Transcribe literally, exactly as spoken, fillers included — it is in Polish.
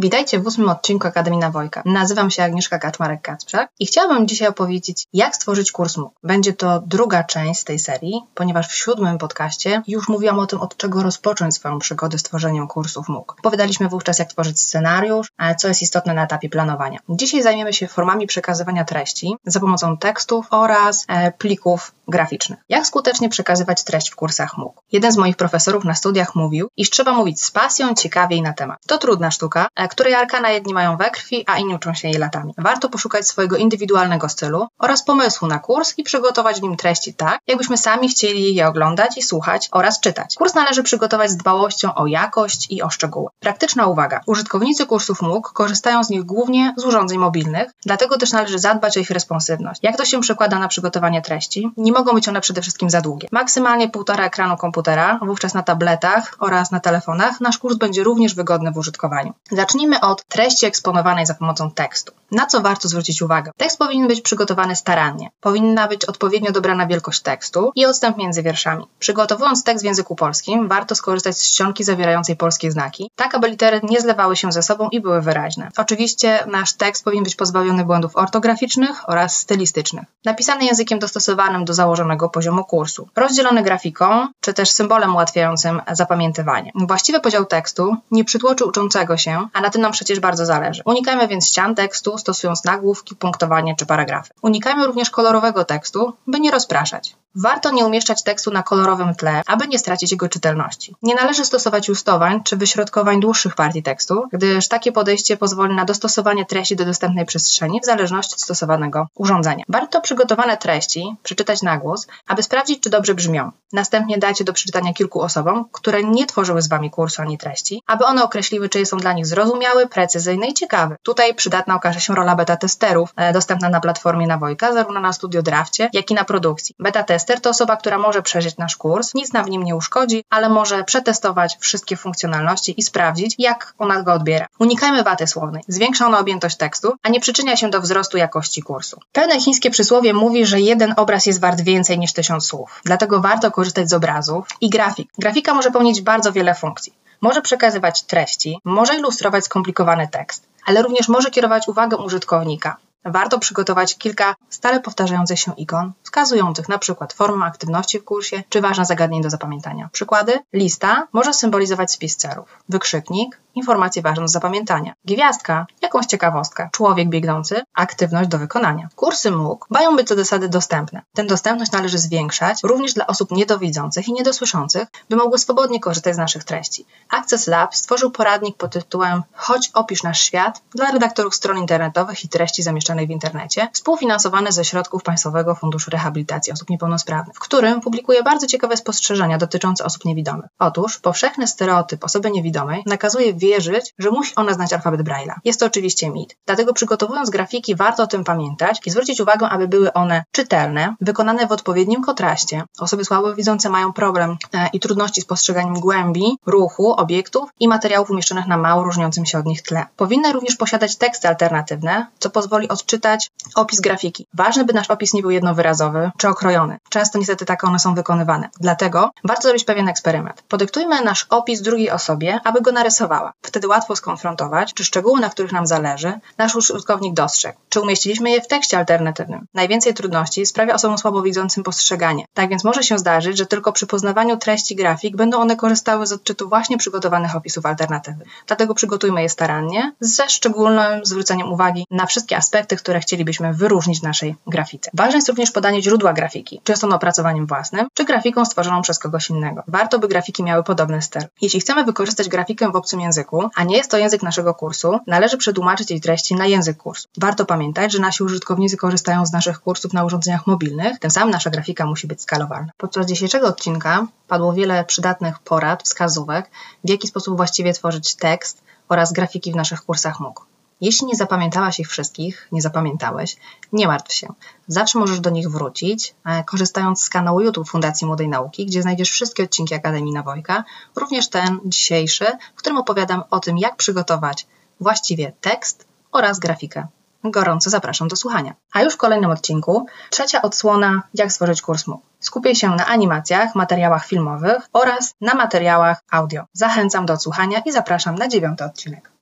Witajcie w ósmym odcinku Akademii Nawojka. Nazywam się Agnieszka Kaczmarek-Kacprzak i chciałabym dzisiaj opowiedzieć, jak stworzyć kurs M O O C. Będzie to druga część z tej serii, ponieważ w siódmym podcaście już mówiłam o tym, od czego rozpocząć swoją przygodę z tworzeniem kursów M O O C. Opowiadaliśmy wówczas, jak tworzyć scenariusz, co jest istotne na etapie planowania. Dzisiaj zajmiemy się formami przekazywania treści za pomocą tekstów oraz e, plików graficznych. Jak skutecznie przekazywać treść w kursach M O O C? Jeden z moich profesorów na studiach mówił, iż trzeba mówić z pasją, ciekawie i na temat. To trudna sztuka, której arkana jedni mają we krwi, a inni uczą się jej latami. Warto poszukać swojego indywidualnego stylu oraz pomysłu na kurs i przygotować w nim treści tak, jakbyśmy sami chcieli je oglądać i słuchać oraz czytać. Kurs należy przygotować z dbałością o jakość i o szczegóły. Praktyczna uwaga. Użytkownicy kursów M O O C korzystają z nich głównie z urządzeń mobilnych, dlatego też należy zadbać o ich responsywność. Jak to się przekłada na przygotowanie treści? Nie mogą być one przede wszystkim za długie. Maksymalnie półtora ekranu komputera, wówczas na tabletach oraz na telefonach nasz kurs będzie również wygodny w użytkowaniu. Zacznijmy od treści eksponowanej za pomocą tekstu. Na co warto zwrócić uwagę? Tekst powinien być przygotowany starannie. Powinna być odpowiednio dobrana wielkość tekstu i odstęp między wierszami. Przygotowując tekst w języku polskim, warto skorzystać z czcionki zawierającej polskie znaki, tak aby litery nie zlewały się ze sobą i były wyraźne. Oczywiście nasz tekst powinien być pozbawiony błędów ortograficznych oraz stylistycznych. Napisany językiem dostosowanym do założonego poziomu kursu. Rozdzielony grafiką, czy też symbolem ułatwiającym zapamiętywanie. Właściwy podział tekstu nie przytłoczy uczącego się, a na tym nam przecież bardzo zależy. Unikajmy więc ścian tekstu, stosując nagłówki, punktowanie czy paragrafy. Unikajmy również kolorowego tekstu, by nie rozpraszać. Warto nie umieszczać tekstu na kolorowym tle, aby nie stracić jego czytelności. Nie należy stosować justowań czy wyśrodkowań dłuższych partii tekstu, gdyż takie podejście pozwoli na dostosowanie treści do dostępnej przestrzeni w zależności od stosowanego urządzenia. Warto przygotowane treści przeczytać na głos, aby sprawdzić, czy dobrze brzmią. Następnie dajcie do przeczytania kilku osobom, które nie tworzyły z Wami kursu ani treści, aby one określiły, czy są dla nich zrozumiały, precyzyjny i ciekawy. Tutaj przydatna okaże się rola beta testerów, e, dostępna na platformie Nawojka, zarówno na StudioDrafcie, jak i na produkcji. Beta tester to osoba, która może przeżyć nasz kurs, nic nam w nim nie uszkodzi, ale może przetestować wszystkie funkcjonalności i sprawdzić, jak ona go odbiera. Unikajmy waty słownej. Zwiększa ona objętość tekstu, a nie przyczynia się do wzrostu jakości kursu. Pewne chińskie przysłowie mówi, że jeden obraz jest wart więcej niż tysiąc słów. Dlatego warto korzystać z obrazów i grafik. Grafika może pełnić bardzo wiele funkcji. Może przekazywać treści, może ilustrować skomplikowany tekst, ale również może kierować uwagę użytkownika. Warto przygotować kilka stale powtarzających się ikon, wskazujących na przykład formę aktywności w kursie, czy ważne zagadnienie do zapamiętania. Przykłady: lista może symbolizować spis celów, wykrzyknik — informacje ważne do zapamiętania, gwiazdka — jakąś ciekawostkę, człowiek biegnący — aktywność do wykonania. Kursy M O O C mają być co do zasady dostępne. Tę dostępność należy zwiększać również dla osób niedowidzących i niedosłyszących, by mogły swobodnie korzystać z naszych treści. Access Lab stworzył poradnik pod tytułem „Chodź, opisz nasz świat” dla redaktorów stron internetowych i treści zamieszczanych w internecie, współfinansowany ze środków Państwowego Funduszu Rehabilitacji Osób Niepełnosprawnych, w którym publikuje bardzo ciekawe spostrzeżenia dotyczące osób niewidomych. Otóż powszechny stereotyp osoby niewidomej nakazuje wierzyć, że musi ona znać alfabet Braille'a. Jest to oczywiście mit. Dlatego przygotowując grafiki warto o tym pamiętać i zwrócić uwagę, aby były one czytelne, wykonane w odpowiednim kontraście. Osoby słabowidzące mają problem e, i trudności z postrzeganiem głębi, ruchu, obiektów i materiałów umieszczonych na mało różniącym się od nich tle. Powinny również posiadać teksty alternatywne, co pozwoli odczytać opis grafiki. Ważne, by nasz opis nie był jednowyrazowy czy okrojony. Często niestety tak one są wykonywane. Dlatego warto zrobić pewien eksperyment. Podyktujmy nasz opis drugiej osobie, aby go narysowała. Wtedy łatwo skonfrontować, czy szczegóły, na których nam zależy, nasz użytkownik dostrzegł. Czy umieściliśmy je w tekście alternatywnym. Najwięcej trudności sprawia osobom słabowidzącym postrzeganie. Tak więc może się zdarzyć, że tylko przy poznawaniu treści grafik będą one korzystały z odczytu właśnie przygotowanych opisów alternatywnych. Dlatego przygotujmy je starannie, ze szczególnym zwróceniem uwagi na wszystkie aspekty, które chcielibyśmy wyróżnić w naszej grafice. Ważne jest również podanie źródła grafiki. Czy jest ono opracowaniem własnym, czy grafiką stworzoną przez kogoś innego. Warto, by grafiki miały podobny styl. Jeśli chcemy wykorzystać grafikę w obcym języku, a nie jest to język naszego kursu, należy przetłumaczyć jej treści na język kursu. Warto pamiętać, że nasi użytkownicy korzystają z naszych kursów na urządzeniach mobilnych, tym samym nasza grafika musi być skalowalna. Podczas dzisiejszego odcinka padło wiele przydatnych porad, wskazówek, w jaki sposób właściwie tworzyć tekst oraz grafiki w naszych kursach M O O C. Jeśli nie zapamiętałaś ich wszystkich, nie zapamiętałeś, nie martw się. Zawsze możesz do nich wrócić, korzystając z kanału YouTube Fundacji Młodej Nauki, gdzie znajdziesz wszystkie odcinki Akademii Nawojka, również ten dzisiejszy, w którym opowiadam o tym, jak przygotować właściwie tekst oraz grafikę. Gorąco zapraszam do słuchania. A już w kolejnym odcinku trzecia odsłona, jak stworzyć kurs M O O C. Skupię się na animacjach, materiałach filmowych oraz na materiałach audio. Zachęcam do odsłuchania i zapraszam na dziewiąty odcinek.